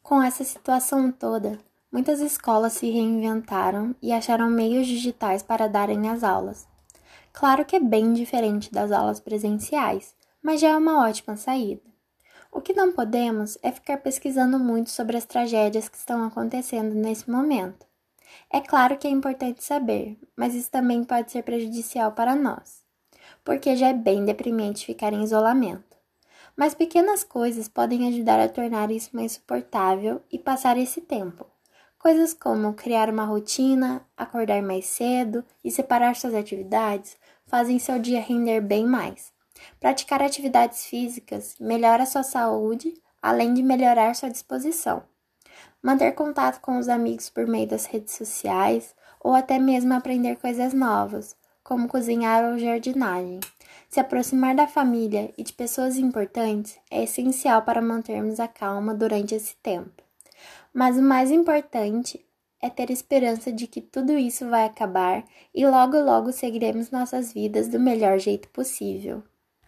Com essa situação toda, muitas escolas se reinventaram e acharam meios digitais para darem as aulas. Claro que é bem diferente das aulas presenciais, mas já é uma ótima saída. O que não podemos é ficar pesquisando muito sobre as tragédias que estão acontecendo nesse momento. É claro que é importante saber, mas isso também pode ser prejudicial para nós, porque já é bem deprimente ficar em isolamento. Mas pequenas coisas podem ajudar a tornar isso mais suportável e passar esse tempo. Coisas como criar uma rotina, acordar mais cedo e separar suas atividades fazem seu dia render bem mais. Praticar atividades físicas melhora sua saúde, além de melhorar sua disposição. Manter contato com os amigos por meio das redes sociais ou até mesmo aprender coisas novas, como cozinhar ou jardinagem. Se aproximar da família e de pessoas importantes é essencial para mantermos a calma durante esse tempo. Mas o mais importante é ter esperança de que tudo isso vai acabar e logo logo seguiremos nossas vidas do melhor jeito possível.